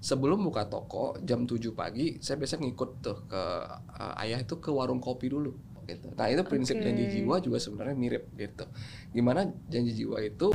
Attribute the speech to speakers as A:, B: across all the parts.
A: sebelum buka toko jam 7 pagi saya biasa ngikut tuh ke ayah itu ke warung kopi dulu gitu. Nah itu prinsip janji jiwa juga sebenarnya mirip gitu. Gimana janji jiwa itu?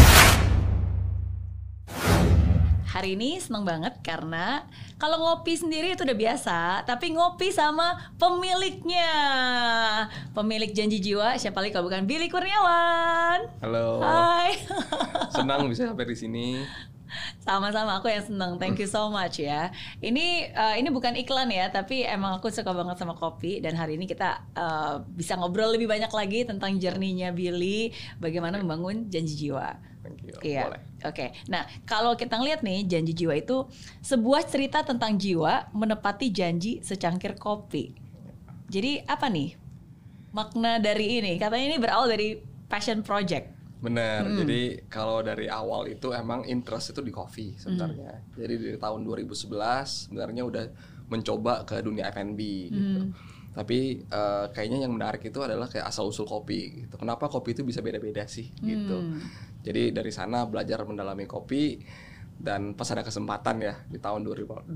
B: Hari ini seneng banget karena kalau ngopi sendiri itu udah biasa, tapi ngopi sama pemiliknya. Pemilik Janji Jiwa, siapa lagi kalau bukan Billy Kurniawan.
A: Halo.
B: Hai.
A: Senang bisa sampai di sini.
B: Sama-sama, aku yang seneng. Thank you so much ya. Ini bukan iklan ya, tapi emang aku suka banget sama kopi. Dan hari ini kita bisa ngobrol lebih banyak lagi tentang journey-nya Billy, bagaimana membangun Janji Jiwa.
A: Thank you.
B: Iya.
A: Boleh.
B: Oke. Nah, kalau kita ngeliat nih, Janji Jiwa itu sebuah cerita tentang jiwa menepati janji secangkir kopi. Jadi apa nih makna dari ini? Katanya ini berawal dari passion project.
A: Benar. Jadi kalau dari awal itu emang interest itu di kopi sebenarnya. Jadi dari tahun 2011 sebenarnya udah mencoba ke dunia F&B gitu. Tapi kayaknya yang menarik itu adalah kayak asal-usul kopi gitu. Kenapa kopi itu bisa beda-beda sih gitu. Jadi dari sana belajar mendalami kopi dan pas ada kesempatan ya di tahun 2018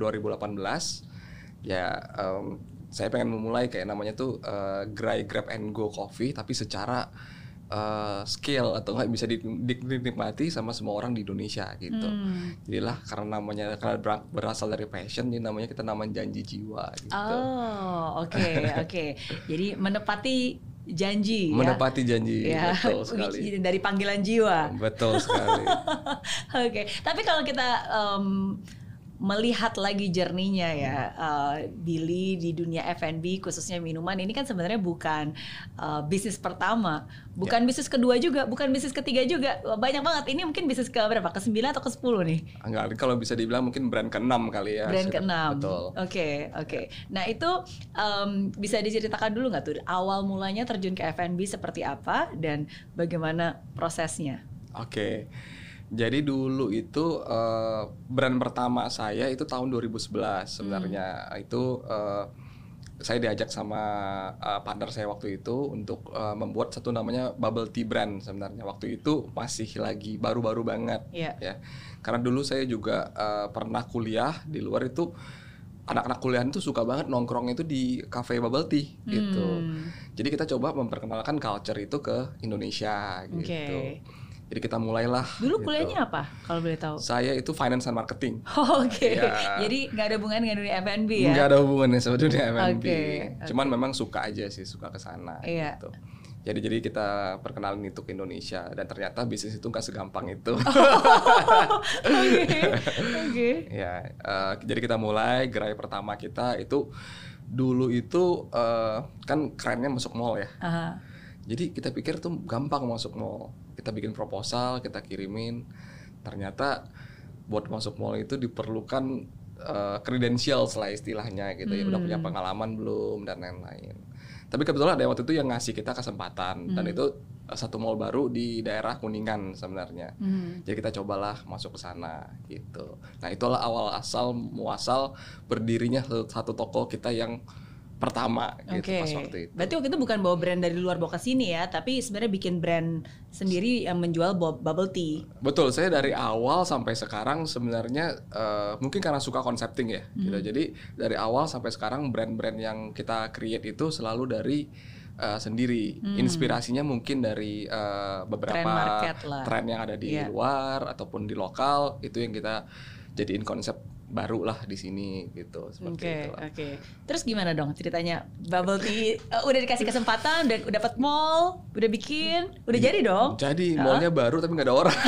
A: ya saya pengen memulai kayak namanya tuh Grab and Go Coffee tapi secara scale atau nggak bisa dinikmati sama semua orang di Indonesia gitu. Jadilah karena berasal dari passion, jadi namanya kita namain Janji Jiwa gitu.
B: Oh, oke. Jadi menepati janji
A: menepati janji,
B: ya.
A: Betul sekali.
B: Dari panggilan jiwa.
A: Betul sekali.
B: Oke. Tapi kalau kita melihat lagi journey-nya ya, Billy di dunia F&B khususnya minuman ini kan sebenarnya bukan bisnis pertama, bukan bisnis kedua juga, bukan bisnis ketiga juga, banyak banget. Ini mungkin bisnis ke berapa? Ke 9 atau ke 10 nih?
A: Enggak, kalau bisa dibilang mungkin brand ke-6 kali ya.
B: Brand ke-6.
A: Betul.
B: Oke. Nah itu bisa diceritakan dulu nggak tuh awal mulanya terjun ke F&B seperti apa dan bagaimana prosesnya?
A: Oke. Jadi dulu itu brand pertama saya itu tahun 2011 sebenarnya. Itu saya diajak sama partner saya waktu itu untuk membuat satu namanya bubble tea brand sebenarnya. Waktu itu masih lagi baru-baru banget ya. Karena dulu saya juga pernah kuliah di luar itu. Anak-anak kuliahan itu suka banget nongkrong itu di cafe bubble tea gitu. Jadi kita coba memperkenalkan culture itu ke Indonesia gitu. Jadi kita mulailah.
B: Dulu
A: gitu.
B: kuliahnya apa kalau boleh tahu?
A: Saya itu finance and marketing.
B: Oke.
A: Ya.
B: Jadi nggak ada hubungan dengan dunia F&B ya?
A: Nggak ada hubungannya sama dunia F&B. Cuman memang suka aja sih, suka ke sana gitu. Jadi kita perkenalin itu ke Indonesia dan ternyata bisnis itu nggak segampang itu.
B: Oke.
A: Ya, jadi kita mulai gerai pertama kita itu dulu itu kan kerennya masuk mall ya. Jadi kita pikir tuh gampang masuk mall. Kita bikin proposal, kita kirimin. Ternyata buat masuk mall itu diperlukan credentials lah istilahnya gitu ya. Udah punya pengalaman belum dan lain-lain. Tapi kebetulan ada waktu itu yang ngasih kita kesempatan dan itu satu mall baru di daerah Kuningan sebenarnya. Jadi kita cobalah masuk ke sana gitu. Nah, itulah awal muasal berdirinya satu toko kita yang pertama gitu pas waktu itu.
B: Berarti waktu itu bukan bawa brand dari luar bawa ke sini ya, tapi sebenarnya bikin brand sendiri yang menjual bubble tea.
A: Betul, saya dari awal sampai sekarang sebenarnya mungkin karena suka konsepting ya gitu. Jadi dari awal sampai sekarang brand-brand yang kita create itu selalu dari sendiri. Inspirasinya mungkin dari beberapa tren yang ada di luar ataupun di lokal, itu yang kita jadiin konsep baru lah di sini gitu seperti itu.
B: Oke. Terus gimana dong ceritanya bubble tea? Udah dikasih kesempatan, udah dapat mall, udah bikin, udah jadi dong?
A: Jadi mallnya baru tapi nggak ada orang.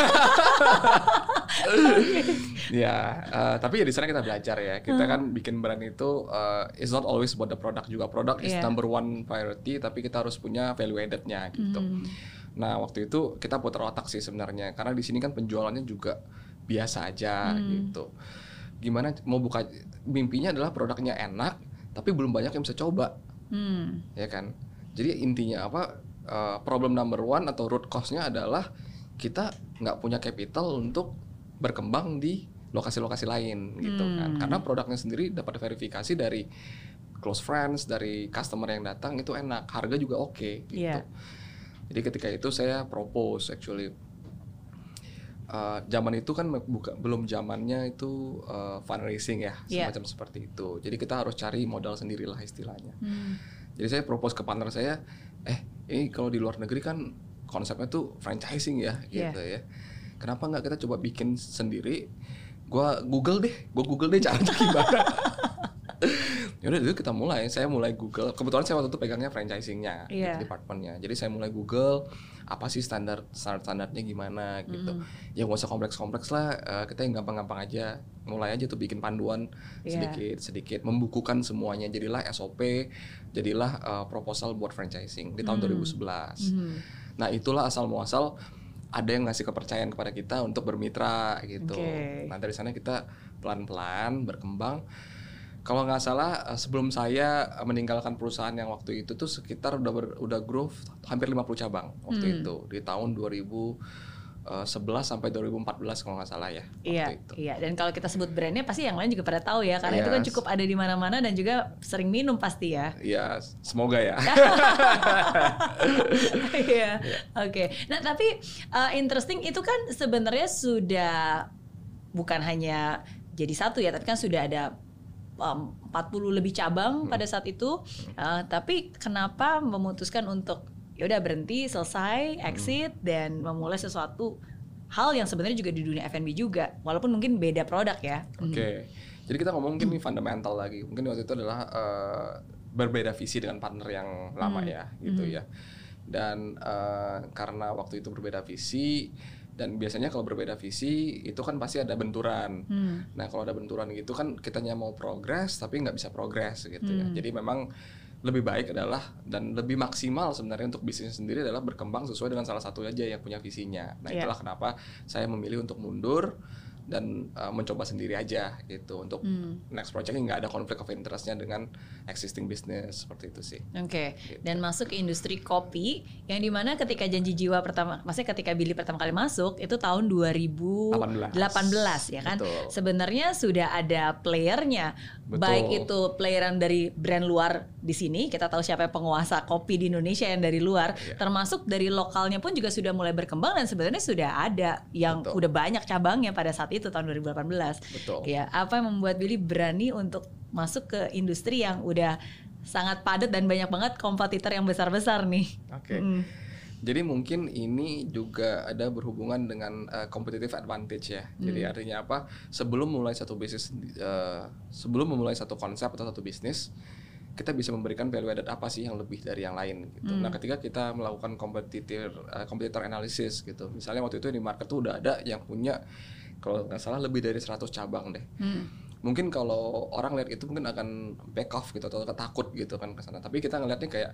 A: Ya, tapi ya di sana kita belajar ya. Kita kan bikin brand itu it's not always about the product juga. Product is number one priority, tapi kita harus punya value added-nya gitu. Nah waktu itu kita putar otak sih sebenarnya, karena di sini kan penjualannya juga biasa aja gitu. Gimana mau buka, mimpinya adalah produknya enak tapi belum banyak yang bisa coba. Ya kan, jadi intinya apa, problem number one atau root cause-nya adalah kita nggak punya capital untuk berkembang di lokasi-lokasi lain gitu kan, karena produknya sendiri dapat verifikasi dari close friends, dari customer yang datang itu enak, harga juga oke gitu. Jadi ketika itu saya propose actually zaman itu kan belum zamannya itu fundraising ya, semacam seperti itu. Jadi kita harus cari modal sendirilah istilahnya. Jadi saya propose ke partner saya, ini kalau di luar negeri kan konsepnya tuh franchising ya, gitu ya. Kenapa nggak kita coba bikin sendiri? Gua Google deh caranya gimana. Yaudah itu kita mulai. Saya mulai Google. Kebetulan saya waktu itu pegangnya franchisingnya, gitu, departmentnya. Jadi saya mulai Google apa sih standarnya gimana gitu. Ya nggak usah kompleks lah. Kita yang gampang-gampang aja. Mulai aja tuh bikin panduan sedikit, membukukan semuanya. Jadilah SOP, jadilah proposal buat franchising di tahun 2011. Nah itulah asal muasal ada yang ngasih kepercayaan kepada kita untuk bermitra gitu. Nah dari sana kita pelan-pelan berkembang. Kalau nggak salah sebelum saya meninggalkan perusahaan yang waktu itu tuh sekitar udah grow hampir 50 cabang waktu itu di tahun 2011 sampai 2014 kalau nggak salah ya.
B: Iya. Dan kalau kita sebut brandnya pasti yang lain juga pada tahu ya, karena itu kan cukup ada di mana-mana dan juga sering minum pasti ya.
A: Iya, semoga ya.
B: Iya. Oke. Nah tapi interesting itu kan sebenarnya sudah bukan hanya jadi satu ya, tapi kan sudah ada 40 lebih cabang pada saat itu. Tapi kenapa memutuskan untuk ya udah berhenti, selesai, exit dan memulai sesuatu hal yang sebenarnya juga di dunia F&B juga, walaupun mungkin beda produk ya.
A: Oke. Jadi kita ngomong mungkin ini fundamental lagi. Mungkin waktu itu adalah berbeda visi dengan partner yang lama ya, gitu ya. Dan karena waktu itu berbeda visi, dan biasanya kalau berbeda visi itu kan pasti ada benturan. Nah kalau ada benturan gitu kan kitanya mau progres tapi nggak bisa progres gitu ya. Jadi memang lebih baik adalah dan lebih maksimal sebenarnya untuk bisnis sendiri adalah berkembang sesuai dengan salah satu aja yang punya visinya. Nah itulah kenapa saya memilih untuk mundur dan mencoba sendiri aja gitu untuk next project nggak ada konflik of interestnya dengan existing business seperti itu sih.
B: Oke. Gitu. Dan masuk ke industri kopi yang dimana ketika Janji Jiwa pertama, maksudnya ketika Billy pertama kali masuk itu tahun 2018 ya kan.
A: Betul.
B: Sebenarnya sudah ada playernya. Betul. Baik itu playeran dari brand luar di sini, kita tahu siapa penguasa kopi di Indonesia yang dari luar, termasuk dari lokalnya pun juga sudah mulai berkembang dan sebenarnya sudah ada yang udah banyak cabangnya pada saat itu tahun 2018.
A: Betul.
B: Ya, apa yang membuat Billy berani untuk masuk ke industri yang udah sangat padat dan banyak banget kompetitor yang besar-besar nih?
A: Oke. Jadi mungkin ini juga ada berhubungan dengan competitive advantage ya. Jadi artinya apa? Sebelum memulai satu bisnis, sebelum memulai satu konsep atau satu bisnis, kita bisa memberikan value added apa sih yang lebih dari yang lain gitu. Nah ketika kita melakukan competitor analysis gitu, misalnya waktu itu di market tuh udah ada yang punya kalau nggak salah lebih dari 100 cabang deh. Mungkin kalau orang lihat itu mungkin akan back off gitu atau takut gitu kan ke sana. Tapi kita ngelihatnya kayak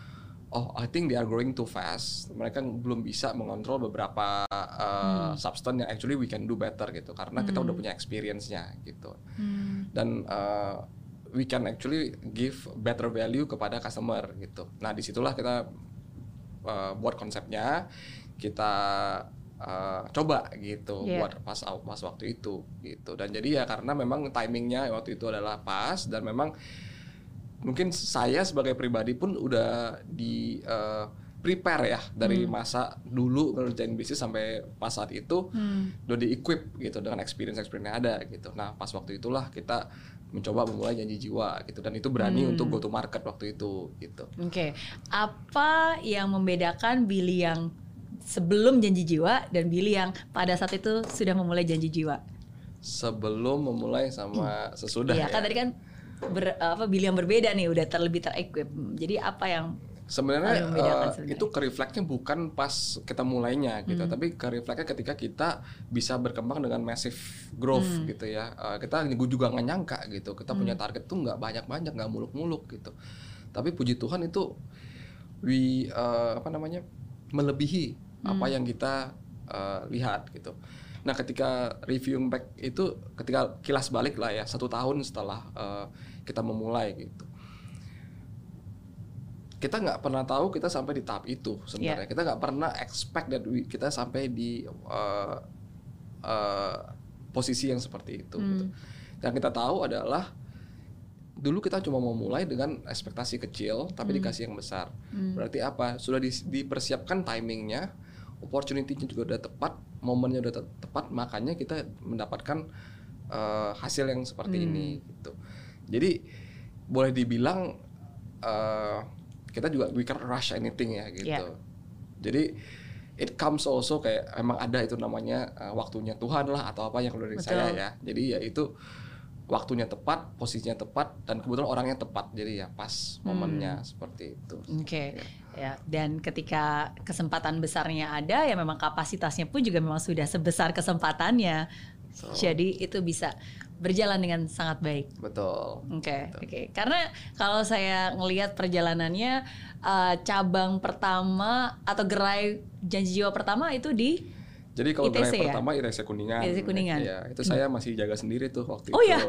A: I think they are growing too fast. Mereka belum bisa mengontrol beberapa substance yang actually we can do better gitu. Karena kita udah punya experience-nya gitu. Dan we can actually give better value kepada customer gitu. Nah disitulah kita buat konsepnya, kita coba gitu buat pas waktu itu gitu. Dan jadi ya karena memang timingnya waktu itu adalah pas dan memang mungkin saya sebagai pribadi pun udah di prepare ya dari masa dulu ngerjain bisnis sampai pas saat itu udah di equip gitu dengan experience yang ada gitu. Nah pas waktu itulah kita mencoba memulai Janji Jiwa gitu dan itu berani untuk go to market waktu itu gitu.
B: Oke. Apa yang membedakan Billy yang sebelum Janji Jiwa dan Billy yang pada saat itu sudah memulai Janji Jiwa?
A: Sebelum memulai sama sesudah ya.
B: Kan tadi kan Billy yang berbeda nih, udah terlebih ter-equip. Jadi apa yang
A: sebenarnya itu ke-reflect-nya bukan pas kita mulainya gitu, tapi ke-reflect-nya ketika kita bisa berkembang dengan massive growth gitu ya. Kita juga nggak nyangka gitu, kita punya target tuh nggak banyak-banyak, nggak muluk-muluk gitu. Tapi puji Tuhan itu melebihi apa yang kita lihat gitu. Nah ketika reviewing back itu, ketika kilas balik lah ya 1 tahun setelah kita memulai gitu, kita nggak pernah tahu kita sampai di tahap itu sebenarnya. Kita nggak pernah expect that kita sampai di posisi yang seperti itu gitu. Yang kita tahu adalah dulu kita cuma mau mulai dengan ekspektasi kecil tapi dikasih yang besar. Berarti apa? Sudah dipersiapkan timingnya, opportunity-nya juga udah tepat, momennya udah tepat, makanya kita mendapatkan hasil yang seperti ini gitu. Jadi boleh dibilang kita juga we can rush anything ya gitu.
B: Yeah.
A: Jadi it comes also kayak emang ada itu namanya waktunya Tuhan lah atau apa yang dari saya ya. Jadi ya itu waktunya tepat, posisinya tepat, dan kebetulan orangnya tepat, jadi ya pas momennya seperti itu.
B: Oke. Ya, dan ketika kesempatan besarnya ada, ya memang kapasitasnya pun juga memang sudah sebesar kesempatannya. Jadi itu bisa berjalan dengan sangat baik.
A: Betul.
B: Oke. Karena kalau saya ngelihat perjalanannya, cabang pertama atau gerai Janji Jiwa pertama itu di
A: Jadi kalau gerai
B: ITC,
A: pertama ITC Kuningan.
B: ITC Kuningan.
A: Ya, itu saya masih jaga sendiri tuh waktu
B: itu. Oh ya?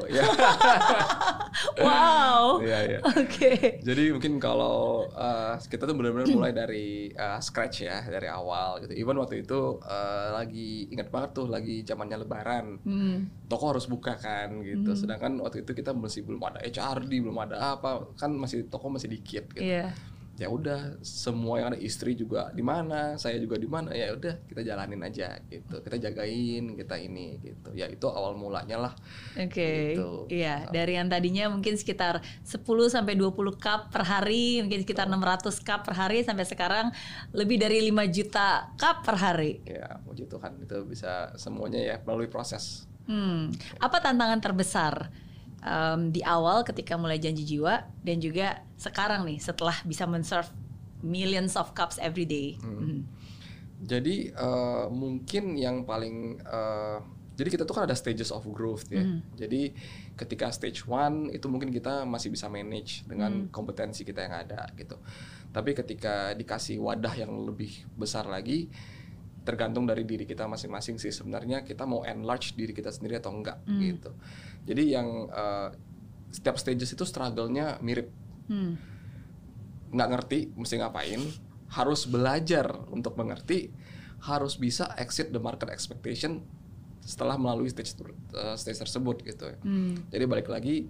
B: Wow.
A: Iya.
B: Oke.
A: Jadi mungkin kalau kita tuh benar-benar mulai dari scratch ya, dari awal gitu. Even waktu itu lagi ingat banget tuh lagi zamannya Lebaran. Toko harus buka kan gitu. Sedangkan waktu itu kita masih belum ada HRD, belum ada apa, kan toko masih dikit gitu.
B: Yeah.
A: Ya udah, semua yang ada, istri juga di mana, saya juga di mana, ya udah kita jalanin aja gitu, kita jagain, kita ini gitu. Ya itu awal mulanya lah.
B: Oke.
A: Gitu.
B: Iya, dari yang tadinya mungkin sekitar 10 sampai 20 cup per hari, mungkin sekitar 600 cup per hari, sampai sekarang lebih dari 5 juta cup per hari.
A: Ya, puji Tuhan, itu bisa semuanya ya melalui proses.
B: Apa tantangan terbesar di awal ketika mulai Janji Jiwa, dan juga sekarang nih setelah bisa men-serve millions of cups every day?
A: Jadi mungkin yang paling jadi kita tuh kan ada stages of growth ya. Jadi ketika stage 1 itu mungkin kita masih bisa manage dengan kompetensi kita yang ada gitu. Tapi ketika dikasih wadah yang lebih besar lagi, tergantung dari diri kita masing-masing sih sebenarnya, kita mau enlarge diri kita sendiri atau enggak gitu. Jadi yang setiap stages itu struggle-nya mirip. Nggak ngerti mesti ngapain, harus belajar untuk mengerti, harus bisa exceed the market expectation setelah melalui stage tersebut gitu. Jadi balik lagi,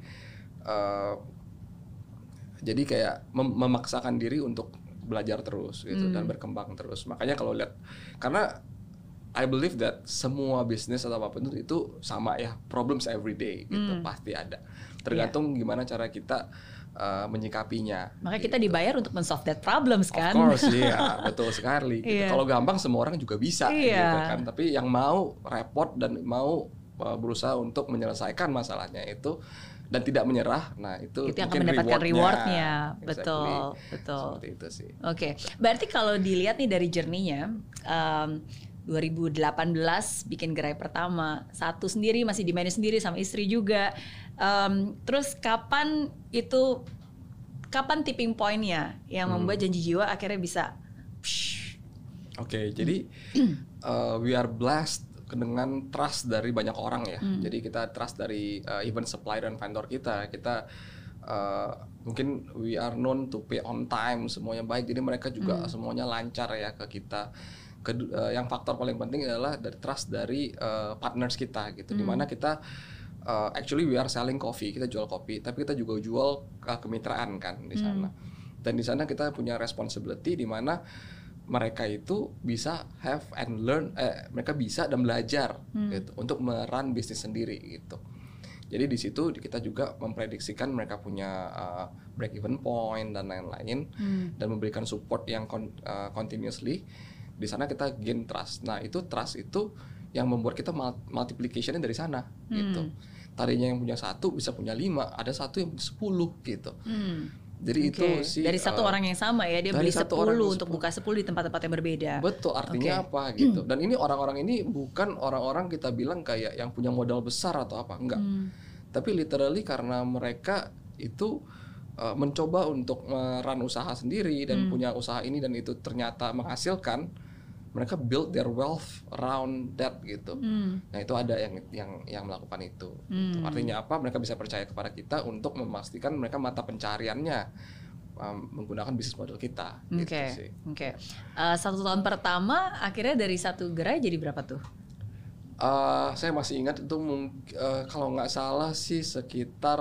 A: jadi kayak memaksakan diri untuk belajar terus gitu dan berkembang terus. Makanya kalau lihat, karena I believe that semua bisnis atau apapun itu sama ya, problems every day gitu, pasti ada. Tergantung gimana cara kita menyikapinya.
B: Makanya kita dibayar untuk men-solve that problems kan?
A: Of course, iya, betul sekali. Gitu. Kalau gampang semua orang juga bisa, gitu kan. Tapi yang mau repot dan mau berusaha untuk menyelesaikan masalahnya itu dan tidak menyerah, nah itu
B: yang akan mendapatkan rewardnya. Betul.
A: Seperti itu sih.
B: Oke. Berarti kalau dilihat nih dari journey-nya, 2018 bikin gerai pertama, satu sendiri, masih di-manage sendiri sama istri juga. Terus kapan tipping point-nya yang membuat Janji Jiwa akhirnya bisa?
A: Oke, jadi we are blessed dengan trust dari banyak orang ya. Jadi kita trust dari even supplier dan vendor kita. Mungkin we are known to pay on time, semuanya baik. Jadi mereka juga semuanya lancar ya ke kita. Yang faktor paling penting adalah dari trust dari partners kita gitu. Dimana kita actually we are selling coffee, kita jual kopi, tapi kita juga jual kemitraan kan di sana. Dan di sana kita punya responsibility di mana mereka itu bisa have and learn, mereka bisa dan belajar gitu untuk merun bisnis sendiri gitu. Jadi di situ kita juga memprediksikan mereka punya break even point dan lain-lain, dan memberikan support yang continuously. Di sana kita gain trust. Nah itu trust itu yang membuat kita multiplication-nya dari sana gitu. Tadinya yang punya 1 bisa punya 5, ada 1 yang punya 10 gitu. Jadi itu sih
B: dari satu orang yang sama ya, dia beli 10 untuk buka 10 di tempat-tempat yang berbeda.
A: Betul, artinya apa gitu. Dan ini orang-orang ini bukan orang-orang kita bilang kayak yang punya modal besar atau apa, enggak. Tapi literally karena mereka itu mencoba untuk merun usaha sendiri dan punya usaha ini dan itu ternyata menghasilkan, mereka build their wealth around that gitu. Nah itu ada yang melakukan itu. Gitu. Artinya apa? Mereka bisa percaya kepada kita untuk memastikan mereka mata pencariannya menggunakan bisnis model kita.
B: Oke. 1 tahun pertama akhirnya dari satu gerai jadi berapa tuh?
A: Saya masih ingat itu kalau nggak salah sih sekitar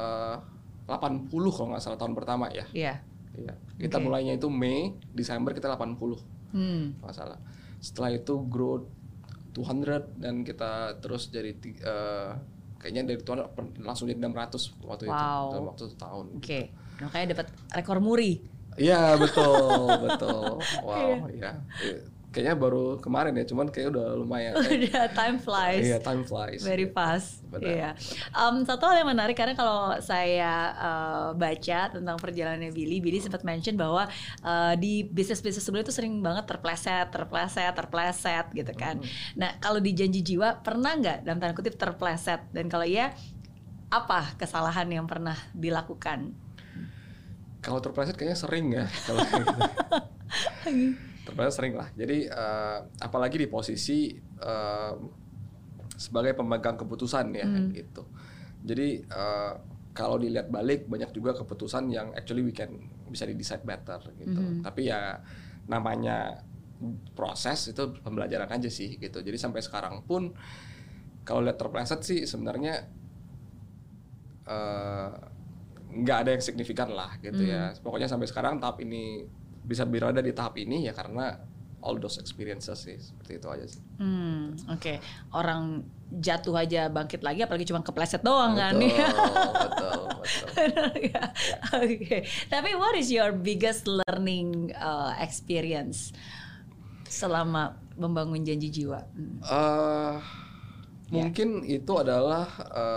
A: 80 kalau nggak salah tahun pertama ya. Iya. Kita mulainya itu Mei, Desember kita 80. Masalah. Setelah itu grow 200 dan kita terus jadi kayaknya dari 200 langsung jadi 600 waktu itu dalam waktu 1 tahun.
B: Oke. Makanya dapat rekor muri.
A: Iya betul. Wow ya. Kayaknya baru kemarin ya, cuman kayak udah lumayan.
B: Udah time flies.
A: Iya, time flies.
B: Very fast.
A: Iya.
B: Satu hal yang menarik karena kalau saya baca tentang perjalanannya Billy sempat mention bahwa di bisnis-bisnis sebelumnya itu sering banget terpleset gitu kan. Nah, kalau di Janji Jiwa pernah nggak dalam tanda kutip terpleset? Dan kalau iya, apa kesalahan yang pernah dilakukan?
A: Kalau terpleset kayaknya sering ya. Kalau gitu. Terpleset sering lah. Jadi apalagi di posisi sebagai pemegang keputusan ya gitu. Jadi kalau dilihat balik banyak juga keputusan yang actually bisa di-decide better gitu. Tapi ya namanya proses itu pembelajaran aja sih gitu. Jadi sampai sekarang pun kalau lihat terpleset sih sebenarnya nggak ada yang signifikan lah gitu ya. Pokoknya sampai sekarang tahap ini bisa berada di tahap ini ya karena all those experiences sih, seperti itu aja sih.
B: Oke. Orang jatuh aja bangkit lagi, apalagi cuma kepleset doang kan?
A: Betul.
B: Ya. Oke. Tapi what is your biggest learning experience selama membangun Janji Jiwa?
A: Mungkin itu adalah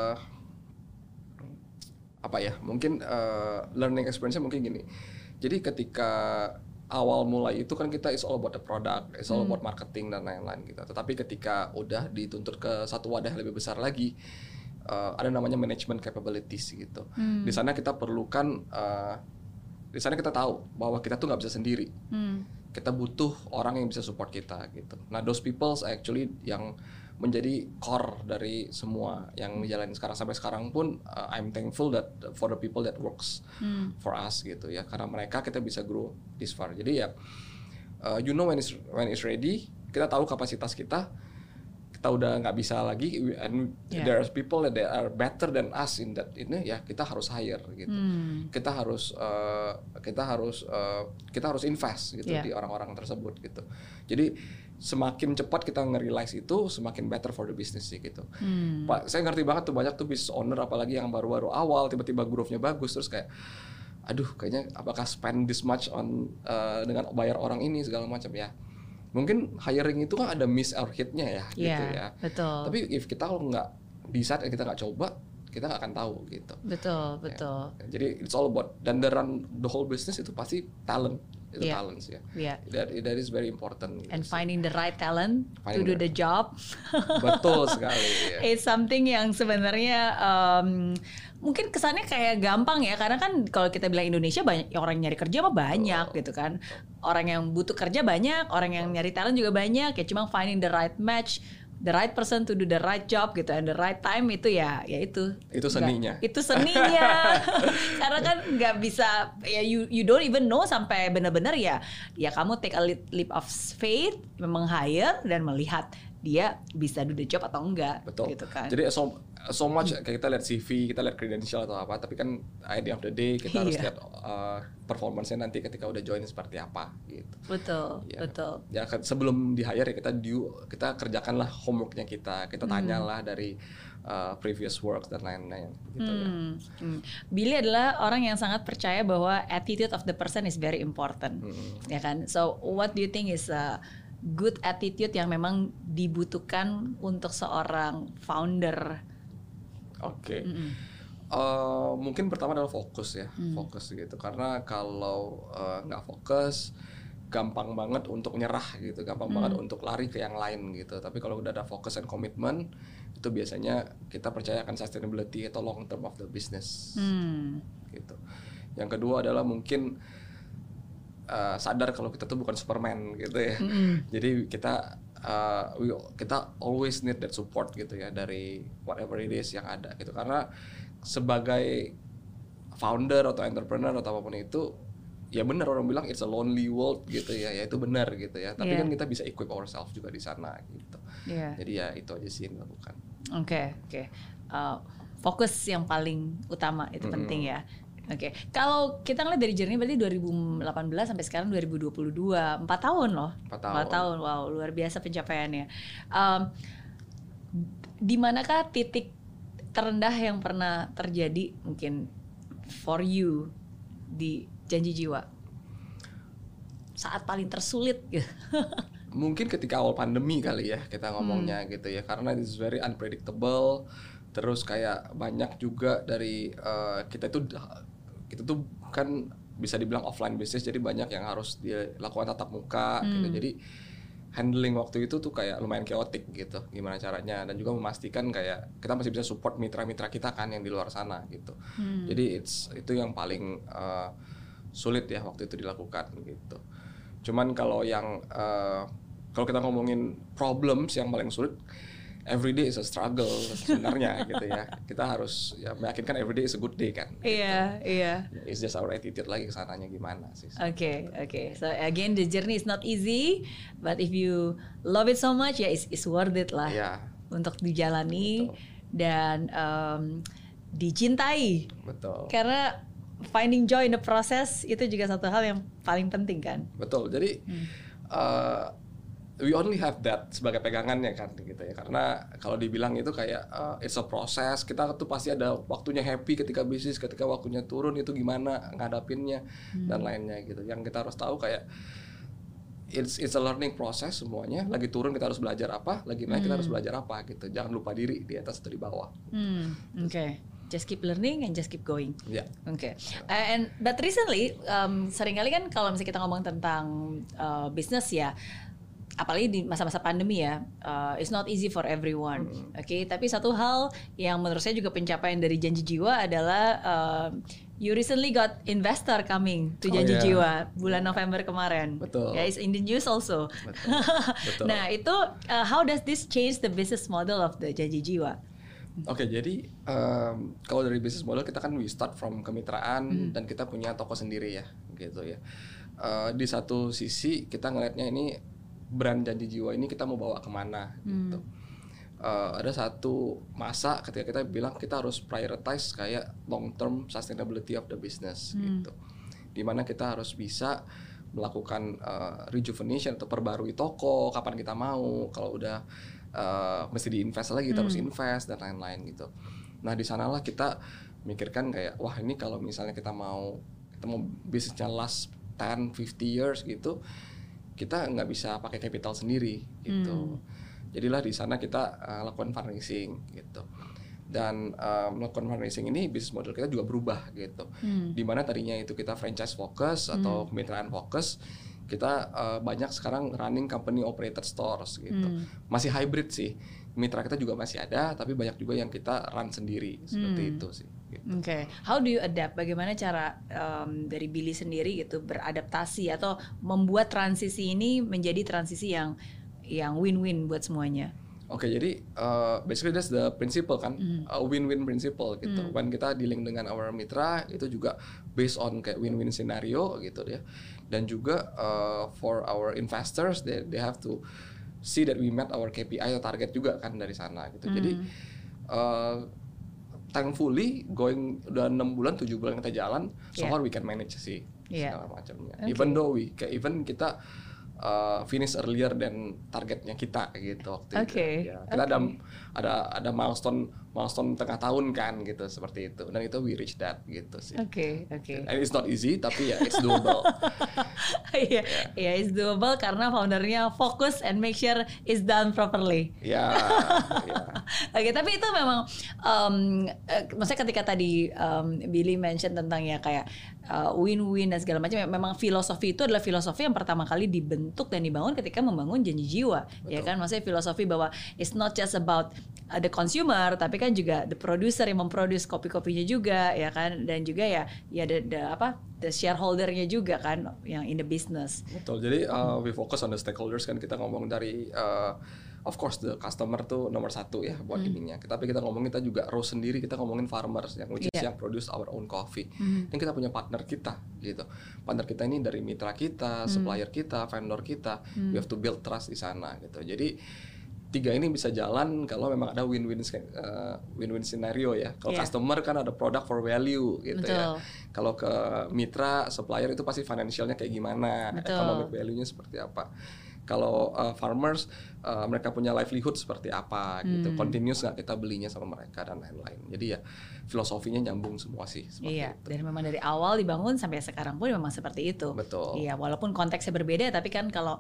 A: Mungkin learning experience-nya mungkin gini. Jadi ketika awal mulai itu kan kita is all about the product, is all about marketing dan lain-lain gitu. Tetapi ketika udah dituntut ke satu wadah lebih besar lagi, ada namanya management capabilities gitu. Di sana kita perlukan, di sana kita tahu bahwa kita tuh nggak bisa sendiri. Kita butuh orang yang bisa support kita gitu. Nah, those people actually yang menjadi core dari semua yang dijalanin sekarang sampai sekarang pun I'm thankful that for the people that works for us gitu ya, karena mereka kita bisa grow this far. Jadi ya you know when it's ready, kita tahu kapasitas kita udah nggak bisa lagi and there's people that are better than us in that ini ya kita harus hire gitu. Kita harus invest gitu di orang-orang tersebut gitu. Jadi semakin cepat kita nge-realize itu, semakin better for the business sih gitu. Pak, saya ngerti banget tuh banyak tuh business owner apalagi yang baru-baru awal tiba-tiba growth-nya bagus terus kayak aduh kayaknya apakah spend this much on dengan bayar orang ini segala macam ya. Mungkin hiring itu kan ada miss or hit-nya ya gitu ya.
B: Betul.
A: Tapi if kita kalau nggak decide, kita nggak coba, kita nggak akan tahu gitu.
B: Betul.
A: Ya. Jadi it's all about dan the whole business itu pasti talent. Itu talents ya. That is very important.
B: And finding the right talent to do the job.
A: Betul sekali.
B: It's something yang sebenarnya mungkin kesannya kayak gampang ya, karena kan kalau kita bilang Indonesia banyak orang nyari kerja mah banyak gitu kan. Orang yang butuh kerja banyak, orang yang nyari talent juga banyak. Ya cuma finding the right match, the right person to do the right job gitu, and the right time itu ya itu
A: seninya.
B: Itu seninya. Karena kan nggak bisa ya you don't even know sampai benar-benar ya kamu take a leap of faith, memang hire dan melihat dia bisa do the job atau enggak.
A: Betul.
B: Gitu kan.
A: Jadi so much kayak kita lihat CV, kita lihat credential atau apa, tapi kan at the end of the day kita harus lihat performance-nya nanti ketika udah join seperti apa gitu.
B: Betul.
A: Ya sebelum di hire ya kita kerjakanlah homework-nya kita tanyalah dari previous work dan lain-lain gitu ya.
B: Billy adalah orang yang sangat percaya bahwa attitude of the person is very important. Ya kan? So what do you think is a good attitude yang memang dibutuhkan untuk seorang founder?
A: Oke. Mungkin pertama adalah fokus ya, fokus gitu. Karena kalau nggak fokus, gampang banget untuk nyerah gitu, gampang banget untuk lari ke yang lain gitu. Tapi kalau udah ada focus and commitment, itu biasanya kita percaya akan sustainability atau long term of the business. Gitu. Yang kedua adalah mungkin sadar kalau kita tuh bukan Superman gitu ya. Jadi kita always need that support gitu ya dari whatever it is yang ada gitu. Karena sebagai founder atau entrepreneur atau apapun itu, ya benar orang bilang it's a lonely world gitu ya itu benar gitu ya. Tapi kan kita bisa equip ourselves juga di sana gitu. Jadi ya itu aja sih yang dilakukan.
B: Oke. Fokus yang paling utama itu penting ya. Oke. Kalau kita ngeliat dari journey berarti 2018 sampai sekarang 2022, 4 tahun loh. 4 tahun. Wow, luar biasa pencapaiannya. Di manakah titik terendah yang pernah terjadi mungkin for you di Janji Jiwa? Saat paling tersulit gitu.
A: Mungkin ketika awal pandemi kali ya kita ngomongnya gitu ya, karena it's very unpredictable. Terus kayak banyak juga dari kita tuh kan bisa dibilang offline business, jadi banyak yang harus dilakukan tatap muka gitu. Jadi handling waktu itu tuh kayak lumayan chaotic gitu, gimana caranya, dan juga memastikan kayak kita masih bisa support mitra-mitra kita kan yang di luar sana gitu. Jadi itu yang paling sulit ya waktu itu dilakukan gitu. Cuman kalau kalau kita ngomongin problems yang paling sulit, every day is a struggle sebenarnya gitu ya. Kita harus ya meyakinkan every day is a good day kan.
B: Iya,
A: gitu.
B: iya.
A: It's just our attitude lagi kesananya gimana sih.
B: Oke. So again, the journey is not easy, but if you love it so much, ya it's worth it lah.
A: Yeah.
B: Untuk dijalani. Betul. Dan dicintai.
A: Betul.
B: Karena finding joy in the process itu juga satu hal yang paling penting kan.
A: Betul. Jadi we only have that sebagai pegangannya kan gitu ya, karena kalau dibilang itu kayak it's a process, kita tuh pasti ada waktunya happy ketika bisnis, ketika waktunya turun itu gimana ngadapinnya dan lainnya gitu. Yang kita harus tahu kayak it's a learning process semuanya. Lagi turun kita harus belajar apa, lagi naik kita harus belajar apa gitu. Jangan lupa diri di atas atau di bawah.
B: Oke. Just keep learning and just keep going.
A: Yeah.
B: Okay. But recently, seringkali kan kalau misalnya kita ngomong tentang bisnis ya, apalagi di masa-masa pandemi ya, it's not easy for everyone. Oke. Tapi satu hal yang menurut saya juga pencapaian dari Janji Jiwa adalah you recently got investor coming to Janji Jiwa bulan November kemarin.
A: Betul.
B: Yeah, it's in the news also.
A: Betul. Betul.
B: Nah itu, how does this change the business model of the Janji Jiwa?
A: Oke, jadi kalau dari bisnis model kita kan we start from kemitraan dan kita punya toko sendiri ya, gitu ya. Di satu sisi kita ngelihatnya ini brand Janji Jiwa ini kita mau bawa kemana gitu. Ada satu masa ketika kita bilang kita harus prioritize kayak long term sustainability of the business gitu. Dimana kita harus bisa melakukan rejuvenation atau perbarui toko kapan kita mau, kalau udah mesti diinvest lagi kita harus invest dan lain-lain gitu. Nah di sanalah kita mikirkan kayak wah ini kalau misalnya kita mau bisnisnya last 10-50 years gitu, kita nggak bisa pakai capital sendiri gitu. Jadilah di sana kita lakukan fundraising gitu. Dan melakukan fundraising ini bisnis model kita juga berubah gitu. Dimana tadinya itu kita franchise focus atau kemitraan fokus, kita banyak sekarang running company operated stores gitu. Masih hybrid sih. Mitra kita juga masih ada, tapi banyak juga yang kita run sendiri seperti itu sih. Gitu.
B: Oke, how do you adapt? Bagaimana cara dari Billy sendiri gitu beradaptasi atau membuat transisi ini menjadi transisi yang win-win buat semuanya?
A: Oke, jadi basically that's the principle kan, win-win principle gitu. When kita dealing dengan our mitra itu juga based on kayak win-win scenario gitu ya. Dan juga for our investors they have to see that we met our KPI atau target juga kan dari sana gitu. Jadi thankfully udah 6 bulan 7 bulan kita jalan, so far we can manage sih segala macamnya. Okay. Even though even kita finish earlier than targetnya kita gitu waktu itu. Ya, kita ada milestone tengah tahun kan gitu seperti itu, dan itu we reach that gitu sih.
B: Oke.
A: And it's not easy tapi ya it's doable.
B: Iya, it's doable karena foundernya fokus and make sure it's done properly.
A: Ya.
B: Oke, tapi itu memang maksudnya ketika tadi Billy mention tentang ya kayak win-win dan segala macam, memang filosofi itu adalah filosofi yang pertama kali dibentuk dan dibangun ketika membangun Janji Jiwa. Betul. Ya kan, maksudnya filosofi bahwa it's not just about the consumer, tapi kan juga the producer yang memproduce kopi-kopinya juga ya kan, dan juga ya the shareholdernya juga kan yang in the business.
A: Betul. Jadi we focus on the stakeholders kan, kita ngomong dari of course the customer tuh nomor satu ya buat ininya. Tapi kita juga roast sendiri, kita ngomongin farmers yang which is yang produce our own coffee. Dan kita punya partner kita gitu. Partner kita ini dari mitra kita, supplier kita, vendor kita. We have to build trust di sana gitu. Jadi tiga ini bisa jalan kalau memang ada win-win scenario ya. Kalau customer kan ada product for value gitu. Betul. Ya. Kalau ke mitra supplier itu pasti financialnya kayak gimana, economic value-nya seperti apa. Kalau farmers mereka punya livelihood seperti apa gitu, continuous nggak kita belinya sama mereka dan lain-lain. Jadi ya filosofinya nyambung semua sih.
B: Iya.
A: Itu.
B: Dan memang dari awal dibangun sampai sekarang pun memang seperti itu.
A: Betul.
B: Iya. Walaupun konteksnya berbeda, tapi kan kalau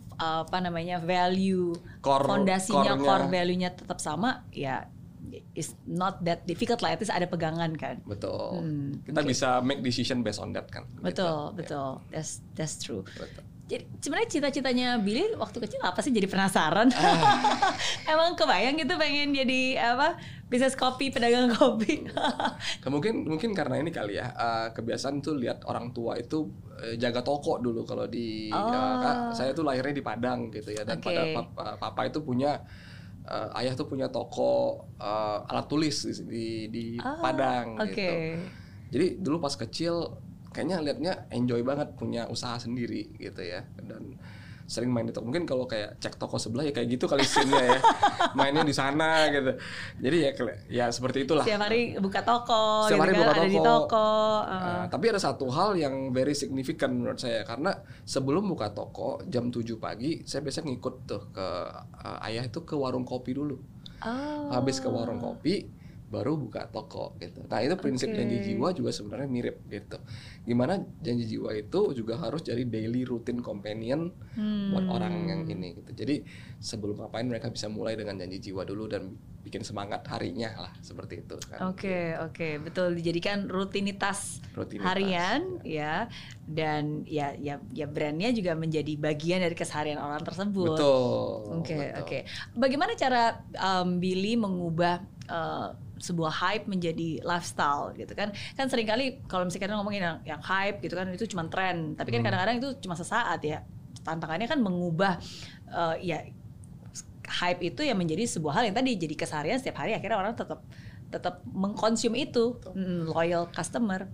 B: value fondasinya core value-nya tetap sama, ya it's not that difficult lah, itu ada pegangan kan.
A: Betul. Kita bisa make decision based on that kan.
B: Betul, gitu. Betul. That's true. Betul. Jadi sebenarnya cita-citanya Billy waktu kecil apa sih? Jadi penasaran. Emang kebayang gitu pengen jadi bisnis kopi, pedagang kopi.
A: mungkin karena ini kali ya, kebiasaan tuh lihat orang tua itu jaga toko dulu kalau di saya tuh lahirnya di Padang gitu ya, dan pada papa itu punya ayah tuh punya toko alat tulis di Padang gitu. Jadi dulu pas kecil kayaknya liatnya enjoy banget punya usaha sendiri gitu ya, dan sering main di toko. Mungkin kalau kayak cek toko sebelah ya kayak gitu kali scene-nya ya, mainnya di sana gitu. Jadi ya seperti itulah.
B: Setiap hari buka toko,
A: setiap hari
B: gitu
A: buka
B: kan, ada di toko.
A: Tapi ada satu hal yang very significant menurut saya, karena sebelum buka toko jam 7 pagi saya biasanya ngikut tuh ke ayah itu ke warung kopi dulu. Habis ke warung kopi baru buka toko gitu. Nah itu prinsip janji jiwa juga sebenarnya mirip gitu. Gimana janji jiwa itu juga harus jadi daily routine companion buat orang yang ini gitu. Jadi sebelum ngapain mereka bisa mulai dengan janji jiwa dulu dan bikin semangat harinya lah, seperti itu kan.
B: Oke, betul, dijadikan rutinitas harian ya, dan ya brandnya juga menjadi bagian dari keseharian orang tersebut.
A: Betul.
B: Oke. Bagaimana cara Billy mengubah sebuah hype menjadi lifestyle gitu kan seringkali kalau misalnya kita ngomongin yang hype gitu kan itu cuma tren, tapi kan kadang-kadang itu cuma sesaat ya. Tantangannya kan mengubah ya hype itu yang menjadi sebuah hal yang tadi jadi keseharian setiap hari, akhirnya orang tetap mengkonsum itu, loyal customer.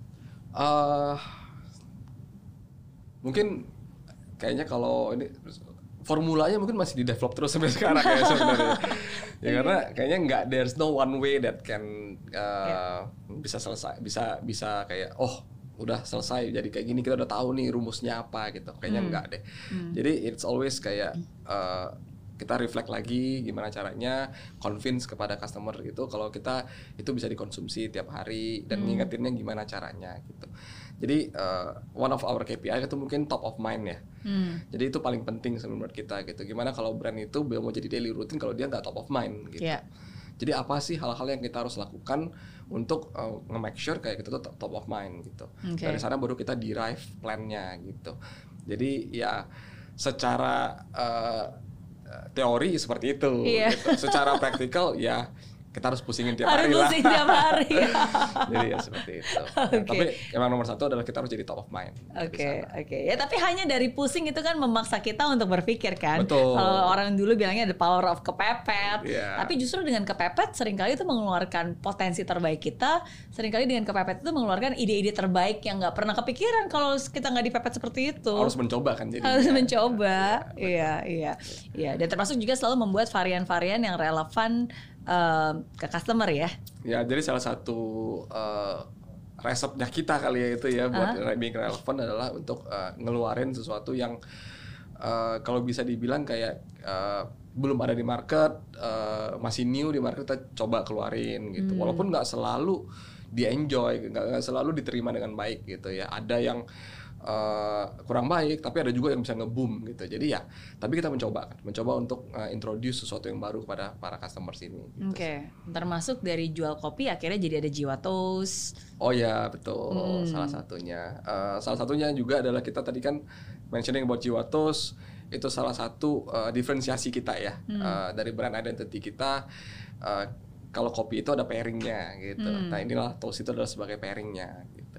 A: Mungkin kayaknya kalau ini formulanya mungkin masih di develop terus sampai sekarang ya sebenarnya. Ya karena kayaknya there's no one way that can bisa selesai, bisa kayak udah selesai jadi kayak gini, kita udah tahu nih rumusnya apa gitu. Kayaknya enggak deh. Jadi it's always kayak kita reflect lagi gimana caranya convince kepada customer gitu kalau kita itu bisa dikonsumsi tiap hari, dan ngingetinnya gimana caranya gitu. Jadi one of our KPI itu mungkin top of mind ya. Jadi itu paling penting menurut kita gitu. Gimana kalau brand itu belum mau jadi daily routine kalau dia nggak top of mind gitu. Jadi apa sih hal-hal yang kita harus lakukan untuk nge-make sure kayak kita tuh top of mind gitu. Dari sana baru kita derive plan-nya gitu. Jadi ya secara teori seperti itu gitu. Secara praktikal ya kita harus pusingin tiap hari lah. Jadi ya seperti itu. Tapi emang nomor satu adalah kita harus jadi top of mind.
B: Oke. Ya tapi hanya dari pusing itu kan memaksa kita untuk berpikir kan.
A: Betul.
B: Kalau orang dulu bilangnya the power of kepepet. Tapi justru dengan kepepet seringkali itu mengeluarkan potensi terbaik kita. Seringkali dengan kepepet itu mengeluarkan ide-ide terbaik yang nggak pernah kepikiran kalau kita nggak dipepet seperti itu.
A: Harus mencoba kan jadi.
B: Harus mencoba. Iya. Dan termasuk juga selalu membuat varian-varian yang relevan ke customer ya. Ya,
A: jadi salah satu resepnya kita kali ya itu ya buat being relevant adalah untuk ngeluarin sesuatu yang kalau bisa dibilang kayak belum ada di market, masih new di market, kita coba keluarin gitu. Walaupun nggak selalu di-enjoy, nggak selalu diterima dengan baik gitu ya. Ada yang kurang baik, tapi ada juga yang bisa nge-boom gitu. Jadi ya, tapi kita mencoba untuk introduce sesuatu yang baru kepada para customer sini. Gitu.
B: Termasuk dari jual kopi akhirnya jadi ada Jiwa Toast.
A: Oh ya betul, salah satunya juga adalah kita tadi kan mentioning about Jiwa Toast, itu salah satu diferensiasi kita ya dari brand identity kita. Kalau kopi itu ada pairingnya gitu. Nah inilah Toast itu adalah sebagai pairingnya gitu.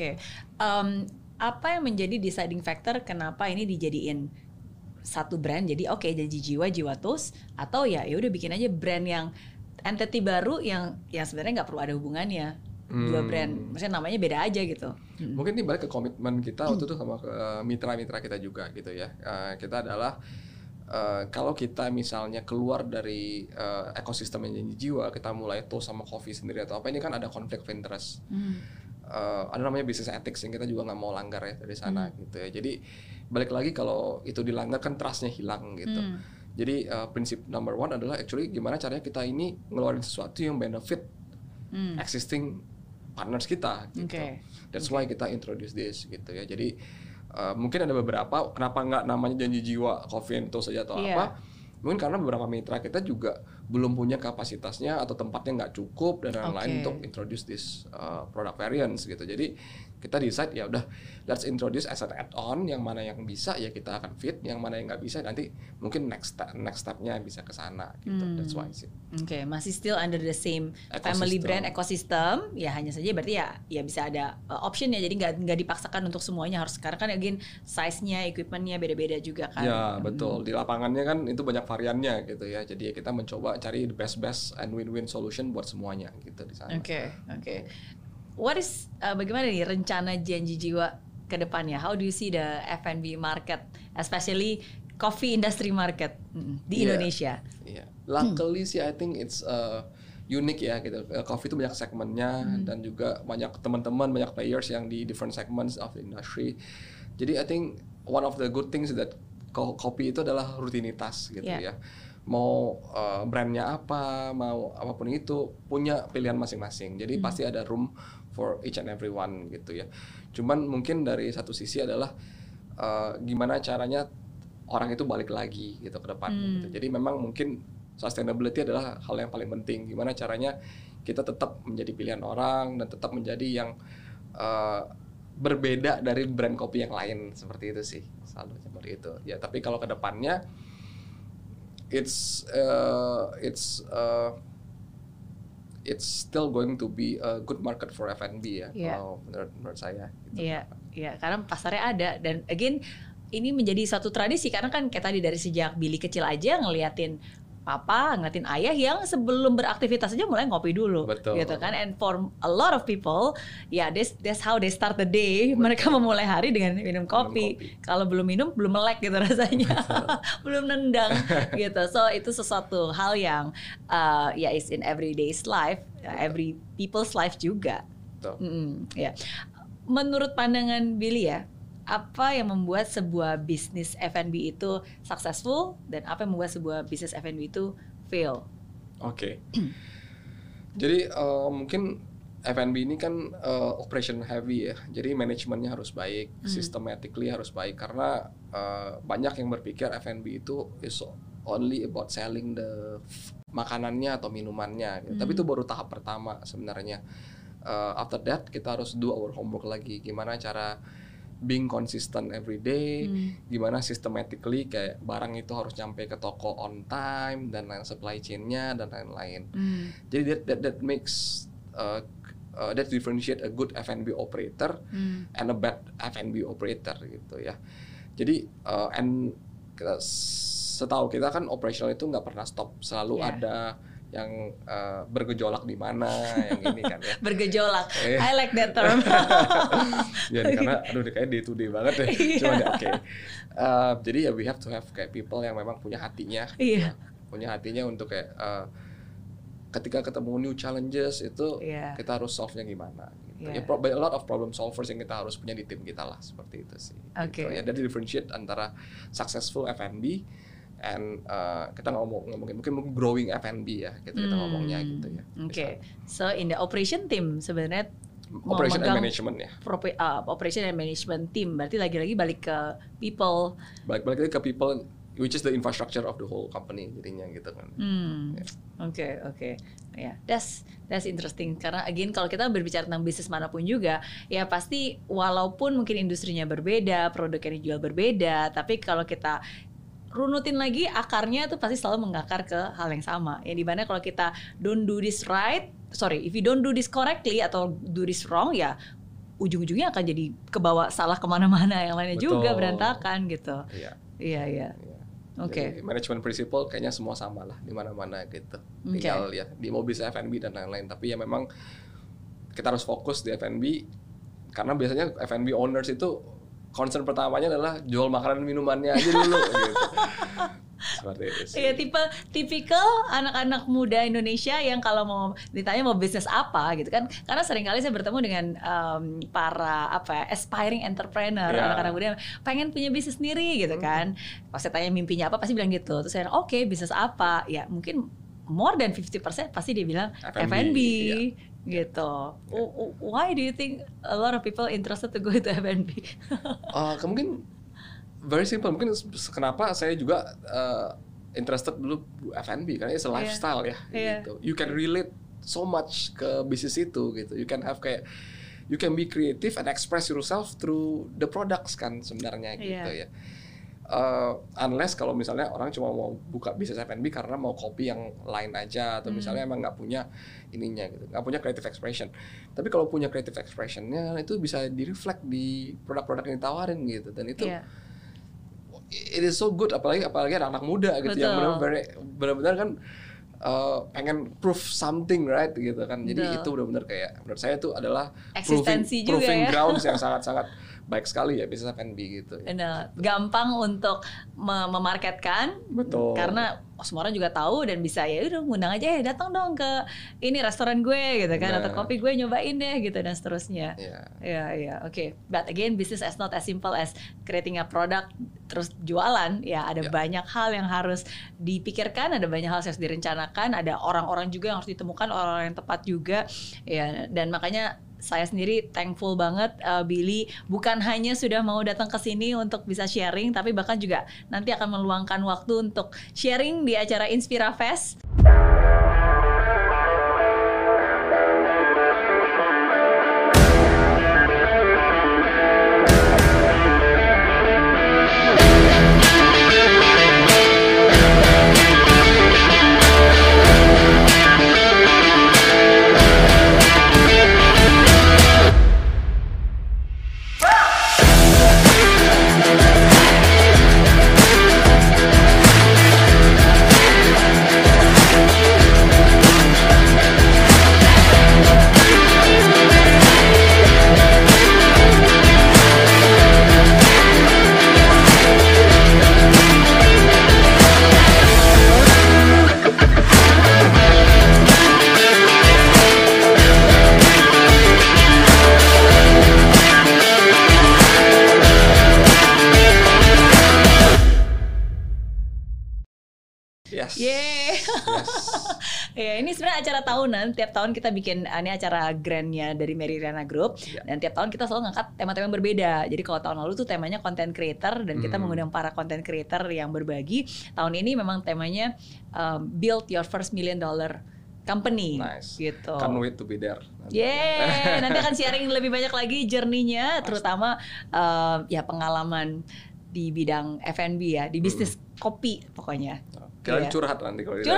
B: Apa yang menjadi deciding factor kenapa ini dijadiin satu brand, jadi janji Jiwa Toast, atau ya udah bikin aja brand yang entity baru yang sebenarnya nggak perlu ada hubungannya dua brand, maksudnya namanya beda aja gitu.
A: Mungkin ini balik ke komitmen kita waktu itu sama ke mitra-mitra kita juga gitu ya. Kita adalah kalau kita misalnya keluar dari ekosistem yang janji jiwa, kita mulai toast sama coffee sendiri atau apa, ini kan ada konflik of interest. Ada namanya business ethics yang kita juga nggak mau langgar ya dari sana gitu ya. Jadi balik lagi kalau itu dilanggar kan trustnya hilang gitu. Jadi prinsip number one adalah actually gimana caranya kita ini ngeluarin sesuatu yang benefit existing partners kita gitu. That's why kita introduce this gitu ya. Jadi mungkin ada beberapa kenapa nggak namanya janji jiwa coffee and toast saja atau apa? Mungkin karena beberapa mitra kita juga belum punya kapasitasnya atau tempatnya nggak cukup dan lain-lain untuk introduce this product variants gitu. Jadi kita decide ya udah let's introduce as an add-on, yang mana yang bisa ya kita akan fit, yang mana yang nggak bisa nanti mungkin next step-nya bisa ke sana gitu. That's why sih.
B: Masih still under the same family brand ecosystem ya, hanya saja berarti ya bisa ada option ya, jadi nggak dipaksakan untuk semuanya harus, karena kan again size-nya, equipment-nya beda-beda juga kan.
A: Ya betul, di lapangannya kan itu banyak variannya gitu ya, jadi kita mencoba cari the best and win-win solution buat semuanya gitu di sana.
B: What is bagaimana nih rencana janji jiwa ke depannya? How do you see the F&B market, especially coffee industry market di Indonesia?
A: Luckily sih I think it's unique ya gitu. Coffee itu banyak segmennya dan juga banyak teman-teman, banyak players yang di different segments of the industry. Jadi I think one of the good things that kopi itu adalah rutinitas gitu ya. Mau brandnya apa, mau apapun itu punya pilihan masing-masing. Jadi pasti ada room for each and everyone gitu ya. Cuman mungkin dari satu sisi adalah gimana caranya orang itu balik lagi gitu ke depan. Gitu. Jadi memang mungkin sustainability adalah hal yang paling penting. Gimana caranya kita tetap menjadi pilihan orang dan tetap menjadi yang berbeda dari brand kopi yang lain, seperti itu sih, selalu seperti itu. Ya tapi kalau ke depannya it's still going to be a good market for F&B ya, kalau menurut saya.
B: Iya, karena pasarnya ada, dan again ini menjadi satu tradisi karena kan kayak tadi dari sejak Billy kecil aja ngeliatin papa, ngeliatin ayah yang sebelum beraktivitas aja mulai ngopi dulu.
A: Betul.
B: Gitu kan. And for a lot of people, that's how they start the day. Betul. Mereka memulai hari dengan minum kopi. Kalau belum minum, belum melek gitu rasanya. Belum nendang gitu. So itu sesuatu hal yang is in everyday's life, every people's life juga.
A: Betul.
B: Menurut pandangan Billy ya, apa yang membuat sebuah bisnis F&B itu successful dan apa yang membuat sebuah bisnis F&B itu fail?
A: Jadi mungkin F&B ini kan operation heavy ya. Jadi manajemennya harus baik, systematically harus baik, karena banyak yang berpikir F&B itu is only about selling the makanannya atau minumannya gitu. Tapi itu baru tahap pertama sebenarnya. After that kita harus do our homework lagi, gimana cara being consistent every day, gimana systematically kayak barang itu harus nyampe ke toko on time dan supply chain-nya dan lain-lain. Jadi that makes that differentiate a good F&B operator and a bad F&B operator gitu ya. Jadi setahu kita kan operational itu nggak pernah stop, selalu ada yang bergejolak di mana, yang ini kan ya.
B: Bergejolak, I like that term.
A: Ya karena kayak day to day banget ya. Cuma jadi ya we have to have kayak people yang memang punya hatinya, punya hatinya untuk kayak ketika ketemu new challenges itu kita harus solve-nya gimana. Gitu. Ya, a lot of problem solvers yang kita harus punya di tim kita lah, seperti itu sih. Gitu. Ya, dari differentiate antara successful F&B and kita ngomongin mungkin growing F&B ya, kita ngomongnya gitu ya.
B: So in the operation team sebenarnya
A: operation and management ya.
B: Operation and management team berarti lagi-lagi balik ke people.
A: Balik lagi ke people, which is the infrastructure of the whole company jadinya gitu kan.
B: That's interesting, karena again kalau kita berbicara tentang bisnis manapun juga ya pasti walaupun mungkin industrinya berbeda, produk yang dijual berbeda, tapi kalau kita runutin lagi akarnya itu pasti selalu mengakar ke hal yang sama. Yang dimana kalau kita don't do this right, if you don't do this correctly atau do this wrong ya ujung-ujungnya akan jadi kebawa salah kemana-mana, yang lainnya juga berantakan gitu. Iya.
A: Jadi management principle kayaknya semua sama lah di mana-mana gitu. Tinggal ya di mau bisa F&B dan lain-lain, tapi ya memang kita harus fokus di F&B karena biasanya F&B owners itu concern pertamanya adalah jual makanan minumannya aja dulu gitu. Seperti itu sih.
B: Iya, tipikal anak-anak muda Indonesia yang kalau mau ditanya mau bisnis apa gitu kan, karena seringkali saya bertemu dengan para aspiring entrepreneur, anak-anak muda pengen punya bisnis sendiri gitu kan. Pas saya tanya mimpinya apa pasti bilang gitu. Terus saya oke, bisnis apa? Ya mungkin more than 50% pasti dia bilang F&B gitu. Why do you think a lot of people interested to go into F&B?
A: Mungkin very simple. Mungkin kenapa saya juga interested dulu F&B karena it's a lifestyle gitu. You can relate so much ke bisnis itu gitu. You can have you can be creative and express yourself through the products kan sebenarnya gitu ya. Unless kalau misalnya orang cuma mau buka bisnis F&B karena mau kopi yang lain aja atau misalnya emang nggak punya ininya gitu, nggak punya creative expression. Tapi kalau punya creative expressionnya itu bisa direflect di produk-produk yang ditawarin gitu, dan itu it is so good, apalagi anak-anak muda gitu. Betul. Yang benar-benar kan pengen prove something right gitu kan. Jadi itu benar-benar kayak menurut saya itu adalah proving grounds yang sangat-sangat baik sekali ya bisnis F&B gitu.
B: Benar, gampang untuk memarketkan.
A: Betul.
B: Karena semua orang juga tahu dan bisa ya udah ngundang aja datang dong ke ini restoran gue gitu kan, atau kopi gue nyobain deh gitu dan seterusnya. Iya, oke. But again, business is not as simple as creating a product terus jualan. Ya ada banyak hal yang harus dipikirkan, ada banyak hal yang harus direncanakan, ada orang-orang juga yang harus ditemukan, orang-orang yang tepat juga. Ya, dan makanya saya sendiri thankful banget Billy bukan hanya sudah mau datang ke sini untuk bisa sharing, tapi bahkan juga nanti akan meluangkan waktu untuk sharing di acara Inspira Fest. Ya, ini sebenarnya acara tahunan. Tiap tahun kita bikin ini acara grandnya dari Meridiana Group, dan tiap tahun kita selalu ngangkat tema-tema yang berbeda. Jadi kalau tahun lalu tuh temanya content creator, dan kita mengundang para content creator yang berbagi. Tahun ini memang temanya build your first $1 million company.
A: Nice.
B: Gitu.
A: Can't wait to be there.
B: Nanti akan sharing lebih banyak lagi journey-nya, terutama ya pengalaman di bidang F&B ya, di bisnis kopi pokoknya.
A: Kalian curhat nanti kalau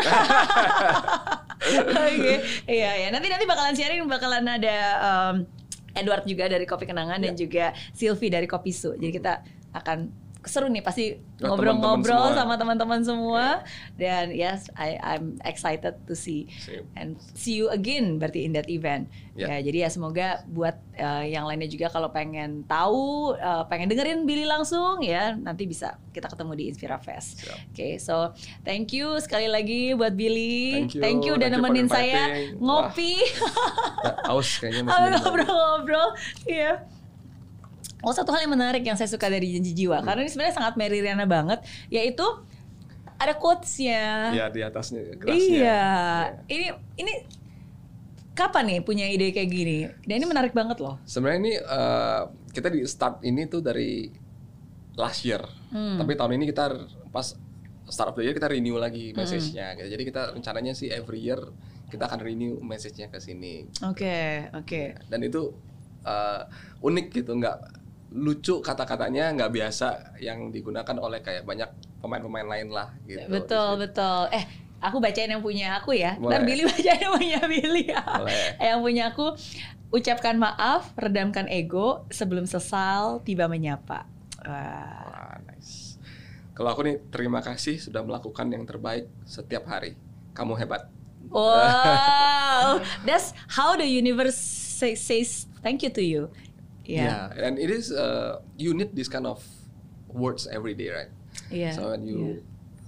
B: Nanti bakalan sharing, bakalan ada Edward juga dari Kopi Kenangan dan juga Sylvie dari Kopi Su. Jadi kita akan seru nih, pasti ngobrol-ngobrol sama teman-teman semua. Dan yes, I'm excited to see you again berarti in that event. Ya, jadi ya semoga buat yang lainnya juga kalau pengen tahu, pengen dengerin Billy langsung ya, nanti bisa kita ketemu di Inspira Fest. Oke, so thank you sekali lagi buat Billy. Thank you udah nemenin saya ngopi.
A: Aus kayaknya masih
B: ngobrol-ngobrol. Iya. Satu hal yang menarik yang saya suka dari Janji Jiwa, karena ini sebenarnya sangat Meridiana banget, yaitu ada quotes-nya.
A: Ya, di atasnya gelasnya.
B: Iya. Ini kapan nih punya ide kayak gini? Dan ini menarik banget loh.
A: Sebenarnya ini kita di start ini tuh dari last year. Tapi tahun ini kita pas start of the year kita renew lagi message-nya. Jadi kita rencananya sih every year kita akan renew message-nya ke sini.
B: Oke.
A: Dan itu unik gitu, nggak lucu kata-katanya, nggak biasa yang digunakan oleh kayak banyak pemain-pemain lain lah gitu.
B: Betul. Aku bacain yang punya aku ya. Ntar Billy bacain yang punya Billy ya. Yang punya aku, ucapkan maaf, redamkan ego, sebelum sesal tiba menyapa.
A: Wah, nice. Kalau aku nih, terima kasih sudah melakukan yang terbaik setiap hari. Kamu hebat.
B: Wow, that's how the universe says thank you to you.
A: Yeah, and it is you need this kind of words every day, right?
B: Yeah.
A: So when you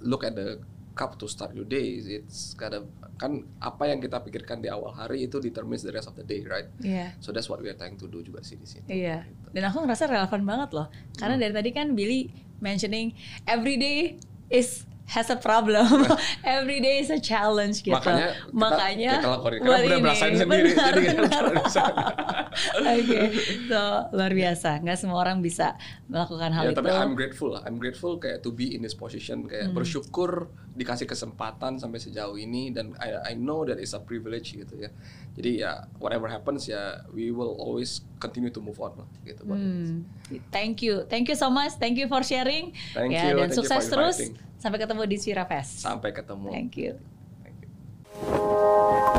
A: look at the cup to start your day. It's kan apa yang kita pikirkan di awal hari itu determines the rest of the day, right?
B: Yeah.
A: So that's what we are trying to do juga sih di sini.
B: Iya. Gitu. Dan aku ngerasa relevan banget loh. Karena dari tadi kan Billy mentioning every day has a problem. Every day is a challenge gitu. Makanya
A: kita udah berasain sendiri.
B: Oke, so luar biasa. Nggak semua orang bisa melakukan hal itu.
A: Tapi I'm grateful kayak to be in this position, kayak bersyukur dikasih kesempatan sampai sejauh ini, dan I know that it's a privilege gitu ya. Jadi ya whatever happens ya we will always continue to move on gitu.
B: Thank you so much. Thank you for sharing.
A: Thank you.
B: Dan sukses terus. Sampai ketemu di Sphera Fest.
A: Sampai ketemu.
B: Thank you.